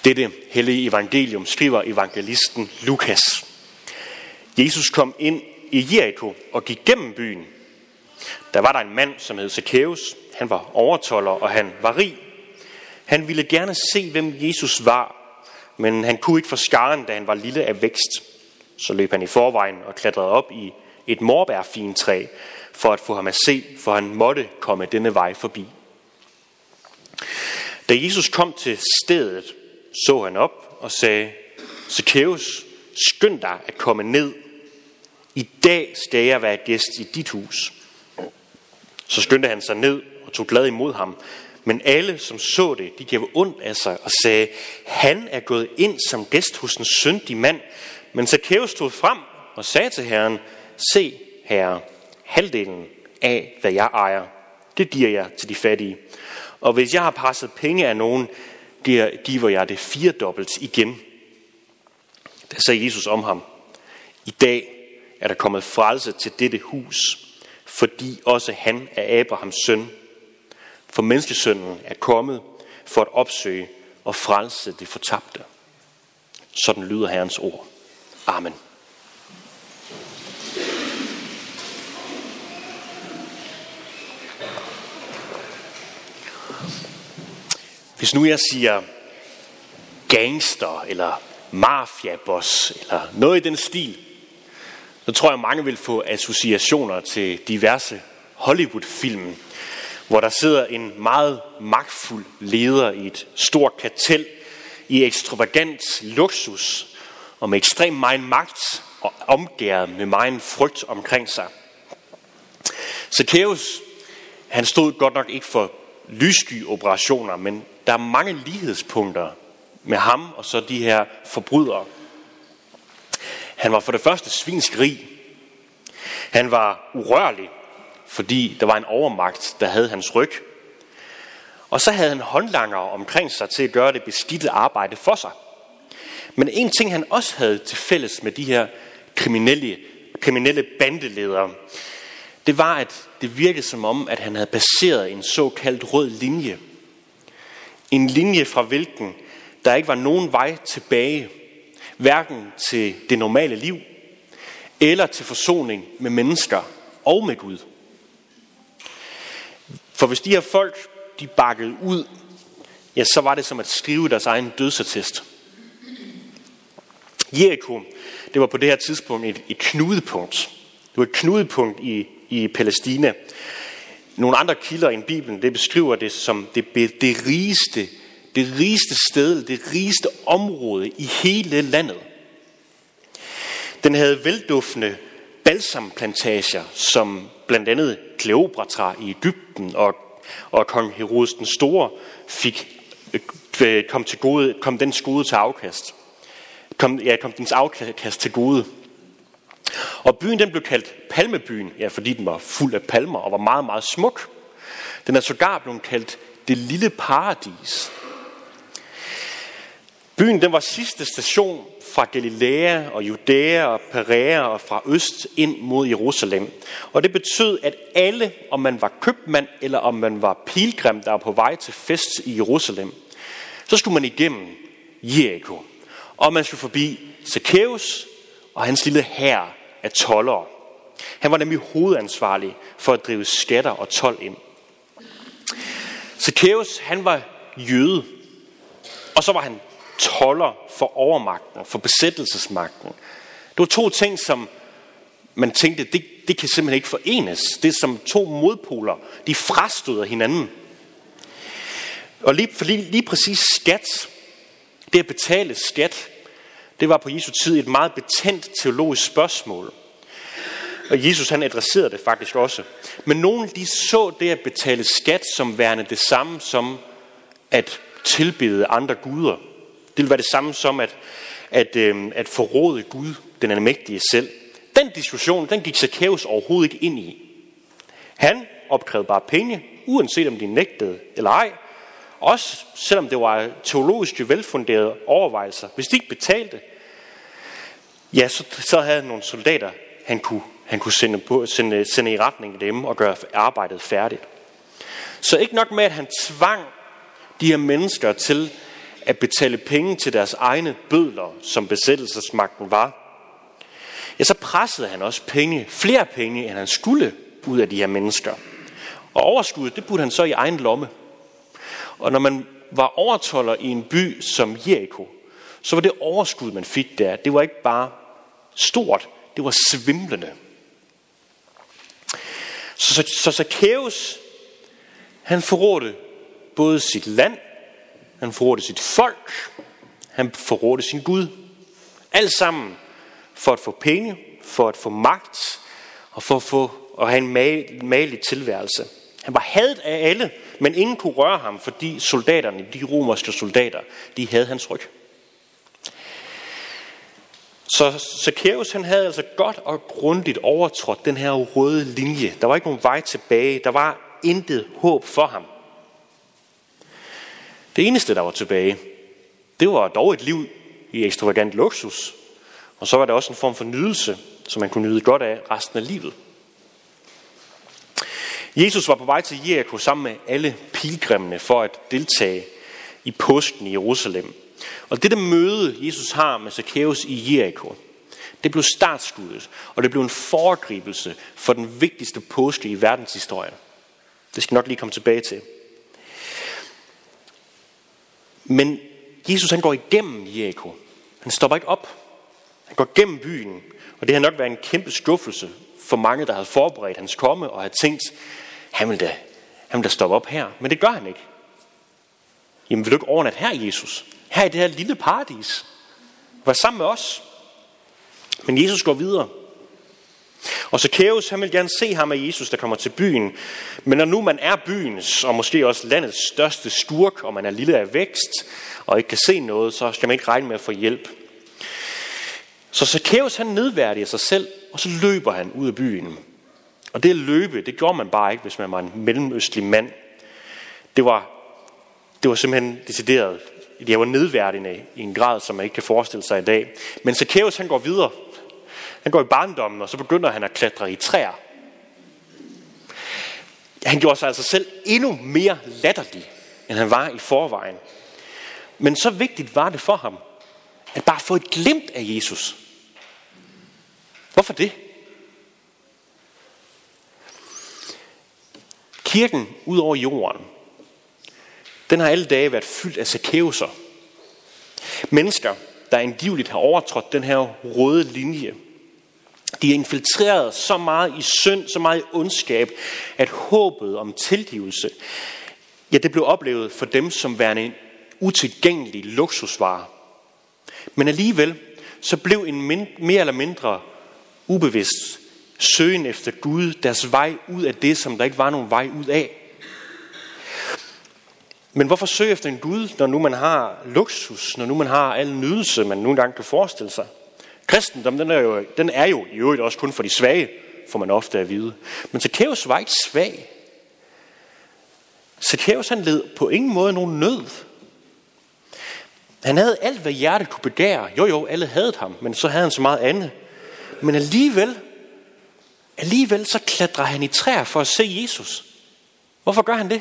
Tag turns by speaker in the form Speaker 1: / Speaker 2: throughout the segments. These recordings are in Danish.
Speaker 1: Dette hellige evangelium skriver evangelisten Lukas. Jesus kom ind i Jericho og gik gennem byen. Der var der en mand, som hed Zacchaeus. Han var overtolder, og han var rig. Han ville gerne se, hvem Jesus var, men han kunne ikke få skaren, da han var lille af vækst. Så løb han i forvejen og klatrede op i et morbærfintræ for at få ham at se, for han måtte komme denne vej forbi. Da Jesus kom til stedet, så han op og sagde, Zacchaeus, skynd dig at komme ned. I dag skal jeg være gæst i dit hus. Så skyndte han sig ned og tog glad imod ham. Men alle, som så det, de gav ondt af sig og sagde, han er gået ind som gæst hos en syndig mand. Men Zacchaeus stod frem og sagde til Herren, se, Herre, halvdelen af, hvad jeg ejer, det giver jeg til de fattige. Og hvis jeg har presset penge af nogen, giver jeg det 4-dobbelt igen. Da sagde Jesus om ham, i dag er der kommet frelse til dette hus, fordi også han er Abrahams søn. For menneskesønnen er kommet for at opsøge og frelse det fortabte. Sådan lyder Herrens ord. Amen. Hvis nu jeg siger gangster eller mafiaboss eller noget i den stil, så tror jeg mange vil få associationer til diverse Hollywood-film, hvor der sidder en meget magtfuld leder i et stort kartel i ekstravagant luksus og med ekstrem meget magt og omgærdet med meget frygt omkring sig. Zacchaeus, han stod godt nok ikke for lyssky operationer, men der er mange lighedspunkter med ham og så de her forbrydere. Han var for det første svinsk rig. Han var urørlig, fordi der var en overmagt, der havde hans ryg. Og så havde han håndlanger omkring sig til at gøre det beskidte arbejde for sig. Men en ting, han også havde til fælles med de her kriminelle bandeledere, det var, at det virkede som om, at han havde baseret en såkaldt rød linje. En linje fra hvilken der ikke var nogen vej tilbage, hverken til det normale liv, eller til forsoning med mennesker og med Gud. For hvis de her folk, de bakkede ud, ja, så var det som at skrive deres egen dødsattest. Jericho, det var på det her tidspunkt et knudepunkt. Det var et knudepunkt i Palæstina. Nogle andre kilder i Bibelen, det beskriver det som det rigeste sted, det rigeste område i hele landet. Den havde velduftende balsamplantager, som blandt andet Kleopatra i Egypten og kong Herodes den Store kom dens gode til afkast. Kom dens afkast til gode. Og byen den blev kaldt Palmebyen, ja, fordi den var fuld af palmer og var meget, meget smuk. Den er sågar blevet kaldt det lille paradis. Byen den var sidste station fra Galilea og Judæa og Perea og fra øst ind mod Jerusalem. Og det betød, at alle, om man var købmand eller om man var pilgrim, der var på vej til fest i Jerusalem, så skulle man igennem Jericho. Og man skulle forbi Zacchaeus og hans lille hær af toldere. Han var nemlig hovedansvarlig for at drive skatter og told ind. Zacchaeus, han var jøde, og så var han tolder for overmagten, for besættelsesmagten. Det var to ting, som man tænkte, det kan simpelthen ikke forenes. Det er som to modpoler. De frastøder hinanden. Og lige præcis skat, det at betale skat, det var på Jesu tid et meget betændt teologisk spørgsmål. Og Jesus han adresserede det faktisk også. Men nogen de så det at betale skat som værende det samme som at tilbede andre guder. Det ville være det samme som at forråde Gud, den almægtige selv. Den diskussion, den gik Zacchaeus overhovedet ikke ind i. Han opkrævede bare penge, uanset om de nægtede eller ej. Også selvom det var teologisk velfunderede overvejelser. Hvis de ikke betalte, ja, så havde han nogle soldater, han kunne sende i retning af dem og gøre arbejdet færdigt. Så ikke nok med, at han tvang de her mennesker til at betale penge til deres egne bødler, som besættelsesmagten var, ja, så pressede han også flere penge, end han skulle ud af de her mennesker. Og overskuddet, det puttede han så i egen lomme. Og når man var overtolder i en by som Jericho, så var det overskud, man fik der, det var ikke bare stort, det var svimlende. Så Zakæus, han forrådte både sit land, han forrådte sit folk, han forrådte sin Gud. Alt sammen for at få penge, for at få magt og for at have en magelig tilværelse. Han var hadet af alle, men ingen kunne røre ham, fordi soldaterne, de romerske soldater, de havde hans ryg. Så Zakæus, han havde altså godt og grundigt overtrådt den her røde linje. Der var ikke nogen vej tilbage. Der var intet håb for ham. Det eneste, der var tilbage, det var dog et liv i ekstravagant luksus. Og så var der også en form for nydelse, som man kunne nyde godt af resten af livet. Jesus var på vej til Jericho sammen med alle pilgrimene for at deltage i påsken i Jerusalem. Og det møde, Jesus har med Zakæus i Jericho, det blev startskuddet, og det blev en foregribelse for den vigtigste påske i verdenshistorien. Det skal nok lige komme tilbage til. Men Jesus, han går igennem Jericho. Han stopper ikke op. Han går gennem byen, og det har nok været en kæmpe skuffelse for mange, der havde forberedt hans komme og havde tænkt, han vil da stoppe op her. Men det gør han ikke. Jamen, vil du ikke overnatte her, Jesus? Her i det her lille paradis. Vær sammen med os. Men Jesus går videre. Og Zakæus, han vil gerne se ham af Jesus, der kommer til byen. Men når nu man er byens, og måske også landets største skurk, og man er lille af vækst, og ikke kan se noget, så skal man ikke regne med at få hjælp. Så Zakæus, han nedværdiger sig selv, og så løber han ud af byen. Og det at løbe, det gjorde man bare ikke, hvis man var en mellemøstlig mand. Det var simpelthen decideret. Det var nedværdigende i en grad, som man ikke kan forestille sig i dag. Men Zakæus, han går videre. Han går i barndommen, og så begynder han at klatre i træer. Han gjorde sig altså selv endnu mere latterlig, end han var i forvejen. Men så vigtigt var det for ham, at bare få et glimt af Jesus. Hvorfor det? Kirken ud over jorden, den har alle dage været fyldt af Zakæuser. Mennesker, der angiveligt har overtrådt den her røde linje. De er infiltreret så meget i synd, så meget i ondskab, at håbet om tilgivelse, ja, det blev oplevet for dem som værende en utilgængelig luksusvare. Men alligevel, så blev en mere eller mindre ubevidst søgen efter Gud deres vej ud af det, som der ikke var nogen vej ud af. Men hvorfor søge efter en Gud, når nu man har luksus, når nu man har al nydelse, man nogle gange kan forestille sig? Kristendom, den er jo i øvrigt også kun for de svage, får man ofte at vide. Men Zakæus var ikke svag. Zakæus, han led på ingen måde nogen nød. Han havde alt, hvad hjertet kunne begære. Jo, alle havde ham, men så havde han så meget andet. Men alligevel så klatrer han i træer for at se Jesus. Hvorfor gør han det?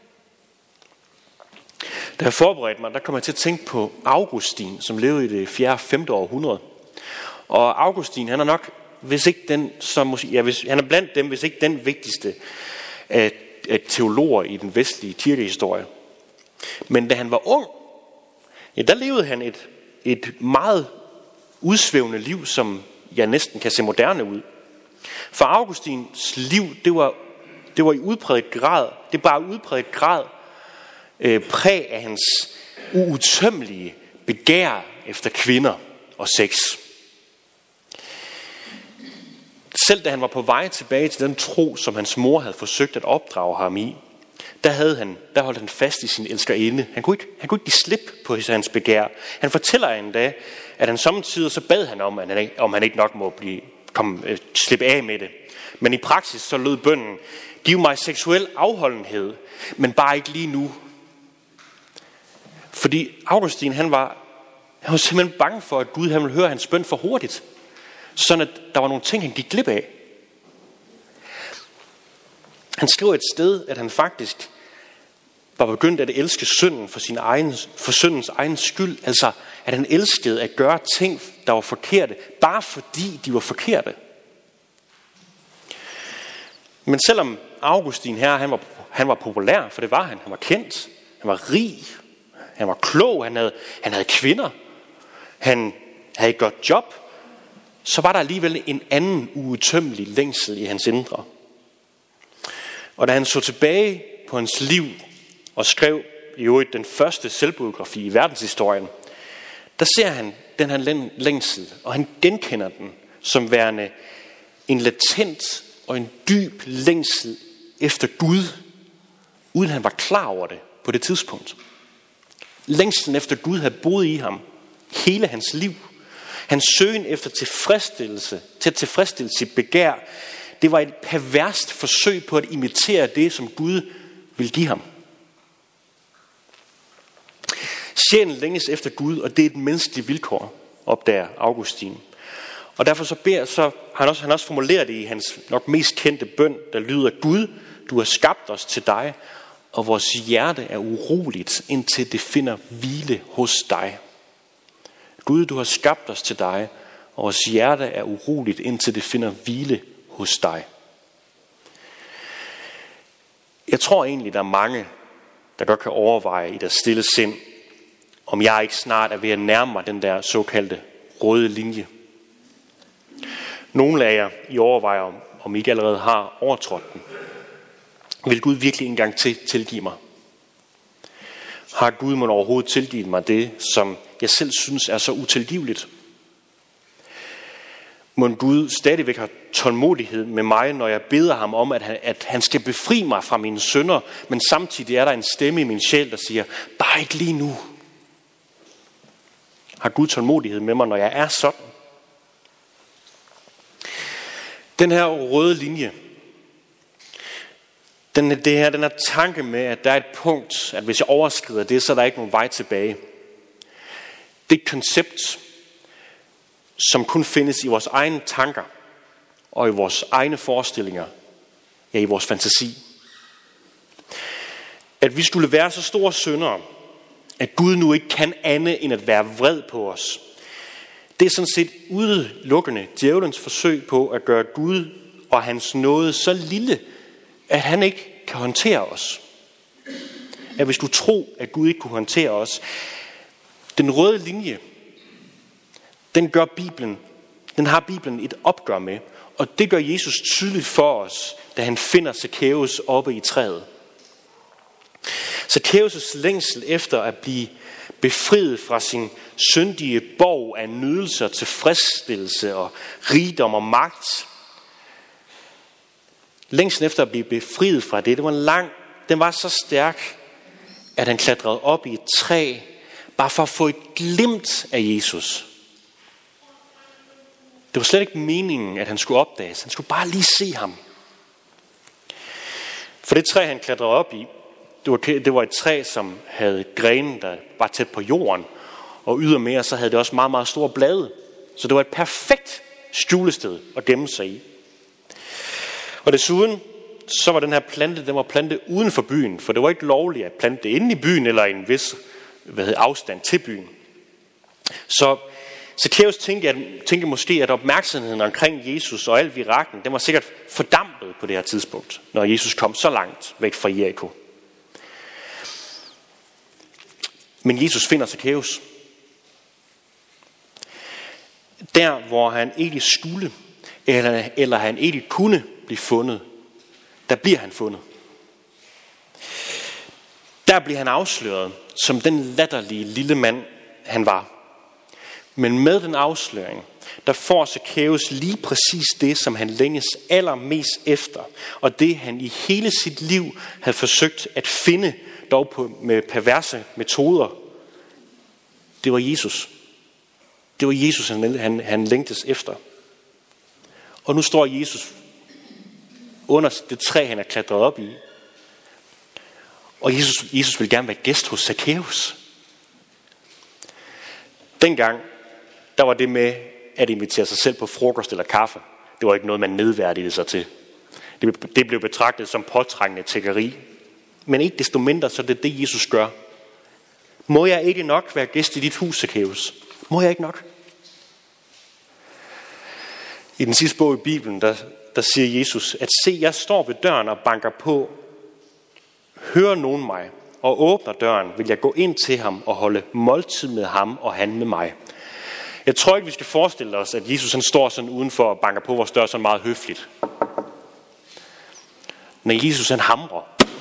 Speaker 1: Da jeg forberedte mig, der kom jeg til at tænke på Augustin, som levede i det 4. og 5. århundrede. Og Augustin, han er nok, hvis ikke den, han er blandt dem, hvis ikke den vigtigste af teologer i den vestlige kirkehistorie. Men da han var ung, ja, der levede han et meget udsvævende liv, som jeg næsten kan se moderne ud. For Augustins liv, det var i udpræget grad præg af hans uudtømmelige begær efter kvinder og sex. Selv da han var på vej tilbage til den tro, som hans mor havde forsøgt at opdrage ham i, der holdt han fast i sin elskerinde. Han kunne ikke give slip på hans begær. Han fortæller endda, at han samtidig så bad han om han ikke nok må slippe af med det. Men i praksis så lød bønnen: giv mig seksuel afholdenhed, men bare ikke lige nu. Fordi Augustin, han var simpelthen bange for, at Gud han ville høre hans bøn for hurtigt. Sådan at der var nogle ting, han gik glip af. Han skriver et sted, at han faktisk var begyndt at elske synden for syndens egen skyld. Altså, at han elskede at gøre ting, der var forkerte, bare fordi de var forkerte. Men selvom Augustin her, han var populær, for det var han. Han var kendt, han var rig, han var klog, han havde kvinder, han havde et godt job, så var der alligevel en anden uudtømmelig længsel i hans indre. Og da han så tilbage på hans liv og skrev i øvrigt den første selvbiografi i verdenshistorien, der ser han den her længsel, og han genkender den som værende en latent og en dyb længsel efter Gud, uden han var klar over det på det tidspunkt. Længslen efter Gud havde boet i ham hele hans liv. Hans søgen efter tilfredsstillelse, til at tilfredsstille sit begær, det var et perverst forsøg på at imitere det, som Gud ville give ham. Sjælen længes efter Gud, og det er et menneskeligt vilkår, opdager Augustin. Og derfor så har han også formuleret det i hans nok mest kendte bøn, der lyder: Gud, du har skabt os til dig, og vores hjerte er uroligt, indtil det finder hvile hos dig. Gud, du har skabt os til dig, og vores hjerte er uroligt, indtil det finder hvile hos dig. Jeg tror egentlig, der er mange, der godt kan overveje i deres stille sind, om jeg ikke snart er ved at nærme mig den der såkaldte røde linje. Nogle af jer I overvejer, om I ikke allerede har overtrådt den. Vil Gud virkelig engang tilgive mig? Har Gud må overhovedet tilgivet mig det, som jeg selv synes er så utilgiveligt? Må Gud stadigvæk have tålmodighed med mig, når jeg beder ham om, at han skal befri mig fra mine synder, men samtidig er der en stemme i min sjæl, der siger: bare ikke lige nu. Har Gud tålmodighed med mig, når jeg er sådan? Den her røde linje, den her tanke med, at der er et punkt, at hvis jeg overskrider det, så er der ikke nogen vej tilbage. Det er et koncept, som kun findes i vores egne tanker og i vores egne forestillinger, ja, i vores fantasi. At vi skulle være så store syndere, at Gud nu ikke kan andet end at være vred på os. Det er sådan set udelukkende djævelens forsøg på at gøre Gud og hans nåde så lille, at han ikke kan håndtere os. At hvis du tror, at Gud ikke kunne håndtere os, den røde linje, den har Bibelen et opgør med, og det gør Jesus tydeligt for os, da han finder Zacchaeus oppe i træet. Zacchaeus' længsel efter at blive befriet fra sin syndige borg af nydelser, tilfredsstillelse og rigdom og magt. Længslen efter at blive befriet fra det, den var så stærk, at han klatrede op i et træ, bare for at få et glimt af Jesus. Det var slet ikke meningen, at han skulle opdages. Han skulle bare lige se ham. For det træ, han klatrede op i, det var et træ, som havde grene, der var tæt på jorden, og ydermere så havde det også meget, meget store blade. Så det var et perfekt skjulested at gemme sig i. Og desuden, så var den her plante, den var plantet uden for byen, for det var ikke lovligt at plante det inde i byen, eller en vis afstand til byen. Så Zacchaeus tænkte måske, at opmærksomheden omkring Jesus og alt virakken, den var sikkert fordampet på det her tidspunkt, når Jesus kom så langt væk fra Jericho. Men Jesus finder Zacchaeus. Der, hvor han ikke skulle, eller han ikke kunne blive fundet, der bliver han fundet. Der bliver han afsløret som den latterlige lille mand, han var. Men med den afsløring, der får Zacchaeus lige præcis det, som han længes allermest efter, og det han i hele sit liv havde forsøgt at finde, dog med perverse metoder. Det var Jesus. Det var Jesus, han længtes efter. Og nu står Jesus under det træ, han er klatret op i. Og Jesus vil gerne være gæst hos Zacchaeus. Dengang, der var det med at invitere sig selv på frokost eller kaffe. Det var ikke noget, man nedværdigede sig til. Det blev betragtet som påtrængende tiggeri. Men ikke desto mindre, så det er det, Jesus gør. Må jeg ikke nok være gæst i dit hus, Zacchaeus? Må jeg ikke nok? I den sidste bog i Bibelen, der siger Jesus, at se, jeg står ved døren og banker på. Hører nogen mig og åbner døren, vil jeg gå ind til ham og holde måltid med ham og han med mig. Jeg tror ikke, vi skal forestille os, at Jesus han står sådan udenfor og banker på vores dør sådan meget høfligt. Når Jesus han hamrer.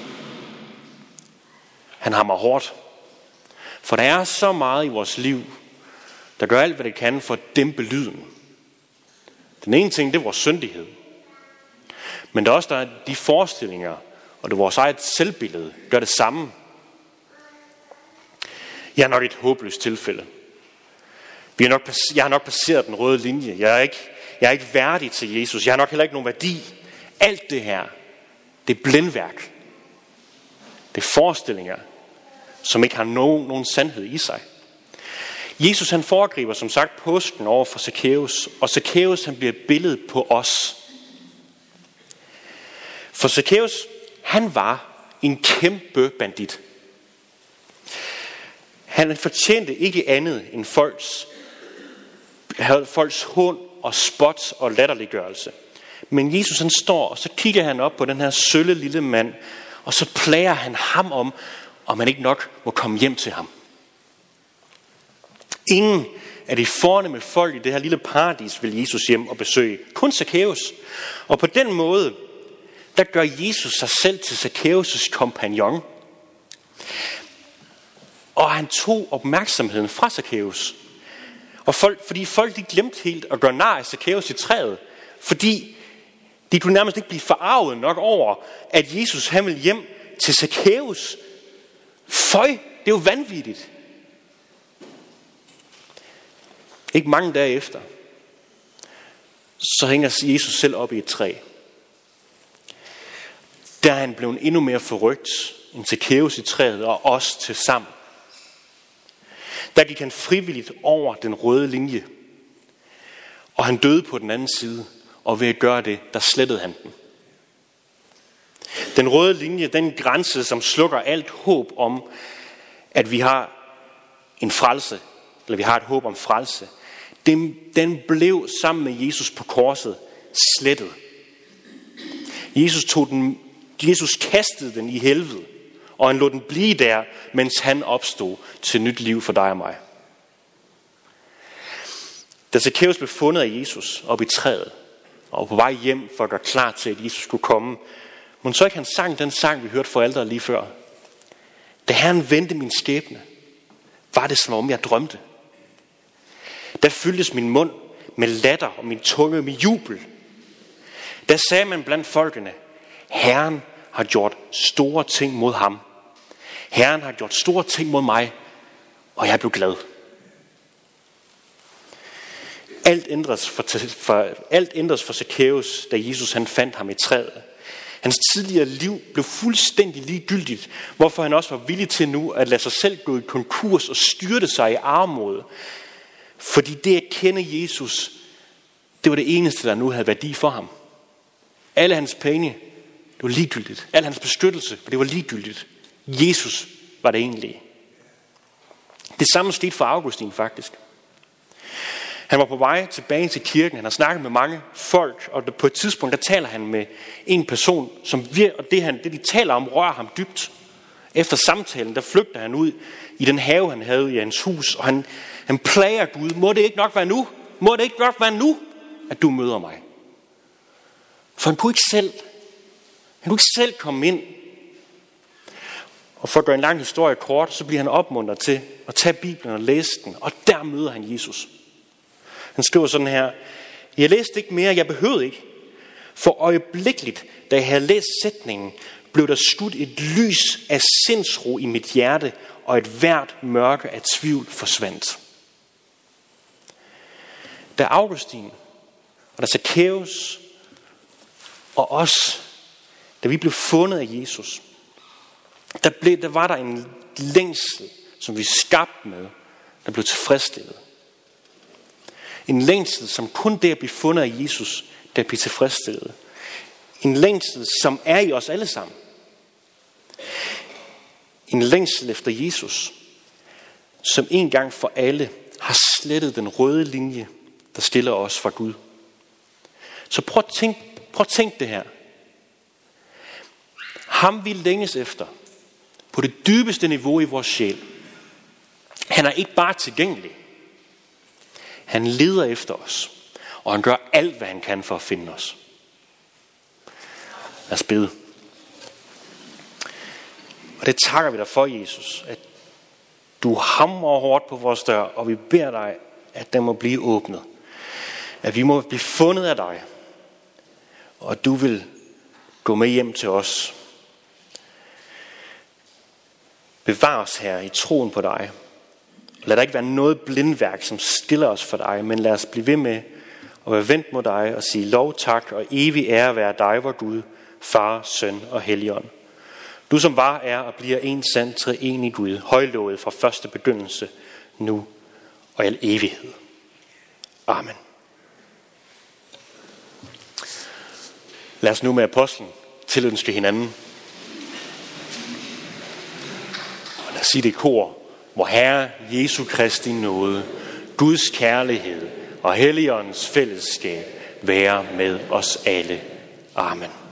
Speaker 1: Han hamrer hårdt. For der er så meget i vores liv, der gør alt, hvad det kan for at dæmpe lyden. Den ene ting, det er vores syndighed. Men der er også der er de forestillinger, og det er vores eget selvbillede, gør det samme. Jeg er nok et håbløst tilfælde. Jeg har nok passeret den røde linje. Jeg er ikke værdig til Jesus. Jeg har nok heller ikke nogen værdi. Alt det her, det er blændværk. Det er forestillinger, som ikke har nogen sandhed i sig. Jesus han foregriber som sagt påsken over for Zacchaeus, og Zacchaeus han bliver et billede på os. For Zacchaeus, han var en kæmpe bandit. Han fortjente ikke andet end folks hån og spot og latterliggørelse. Men Jesus han står, og så kigger han op på den her sølle lille mand, og så plager han ham om han ikke nok må komme hjem til ham. Ingen af de fornemme folk i det her lille paradis vil Jesus hjem og besøge. Kun Zacchaeus. Og på den måde, der gør Jesus sig selv til Zacchaeus' kompagnon. Og han tog opmærksomheden fra Zacchaeus. Og fordi folk de glemte helt at gøre nar af Zacchaeus i træet. Fordi de kunne nærmest ikke blive forarvet nok over, at Jesus han ville hjem til Zacchaeus. Føj, det er jo vanvittigt. Ikke mange dage efter, så hænger Jesus selv op i et træ. Der er han blevet endnu mere forrygt end Zacchaeus i træet og os til sammen. Der gik han frivilligt over den røde linje. Og han døde på den anden side. Og ved at gøre det, der slettede han den. Den røde linje, den grænse, som slukker alt håb om, at vi har en frelse, eller vi har et håb om frelse, den blev sammen med Jesus på korset slettet. Jesus kastede den i helvede, og han lod den blive der, mens han opstod til nyt liv for dig og mig. Da Zacchaeus blev fundet af Jesus op i træet, og på vej hjem for at gøre klar til, at Jesus skulle komme, men så ikke han sang den sang, vi hørte for aldrig lige før. Da Herren vendte min skæbne, var det som om jeg drømte. Der fyldtes min mund med latter og min tunge med jubel. Der sagde man blandt folkene, Herren har gjort store ting mod ham. Herren har gjort store ting mod mig, og jeg blev glad. Alt ændres for Zacchaeus, da Jesus han fandt ham i træet. Hans tidligere liv blev fuldstændig ligegyldigt, hvorfor han også var villig til nu at lade sig selv gå i konkurs og styrte sig i armod. Fordi det at kende Jesus, det var det eneste, der nu havde værdi for ham. Alle hans penge, det var ligegyldigt. Al hans beskyttelse, det var ligegyldigt. Jesus var det egentlige. Det samme skete for Augustin faktisk. Han var på vej tilbage til kirken. Han har snakket med mange folk, og på et tidspunkt der taler han med en person, og det de taler om rører ham dybt. Efter samtalen der flygter han ud i den have han havde i hans hus, og han plager Gud. Må det ikke nok være nu? Må det ikke nok være nu, at du møder mig? For han kunne ikke selv komme ind. Og for at gøre en lang historie kort, så bliver han opmuntret til at tage Bibelen og læse den, og der møder han Jesus. Han skriver sådan her: Jeg læste ikke mere, jeg behøvede ikke. For øjeblikkeligt, da jeg havde læst sætningen, blev der skudt et lys af sindsro i mit hjerte, og et hvert mørke af tvivl forsvandt. Da Augustin, og da Zacchaeus, og os, da vi blev fundet af Jesus, der var der en længsel, som vi skabte med, der blev tilfredsstillet. En længsel, som kun det at blive fundet af Jesus, der bliver tilfredsstillet. En længsel, som er i os alle sammen. En længsel efter Jesus, som en gang for alle har slettet den røde linje, der skiller os fra Gud. Så prøv at tænke det her. Ham vi længes efter, på det dybeste niveau i vores sjæl. Han er ikke bare tilgængelig. Han leder efter os, og han gør alt, hvad han kan for at finde os. Lad os bede. Og det takker vi dig for, Jesus, at du hamrer hårdt på vores dør, og vi beder dig, at den må blive åbnet. At vi må blive fundet af dig, og at du vil gå med hjem til os. Bevar os her i troen på dig. Lad der ikke være noget blindværk, som stiller os for dig, men lad os blive ved med at være vendt mod dig og sige lov, tak og evig ære være dig, vor Gud, Far, Søn og Helligånd. Du som var, er og bliver en sand treenig Gud, højlovet fra første begyndelse, nu og i al evighed. Amen. Lad os nu med apostlen tilønske hinanden. Og lad os sige det i kor. Vor Herre Jesu Kristi nåde, Guds kærlighed og Helligåndens fællesskab være med os alle. Amen.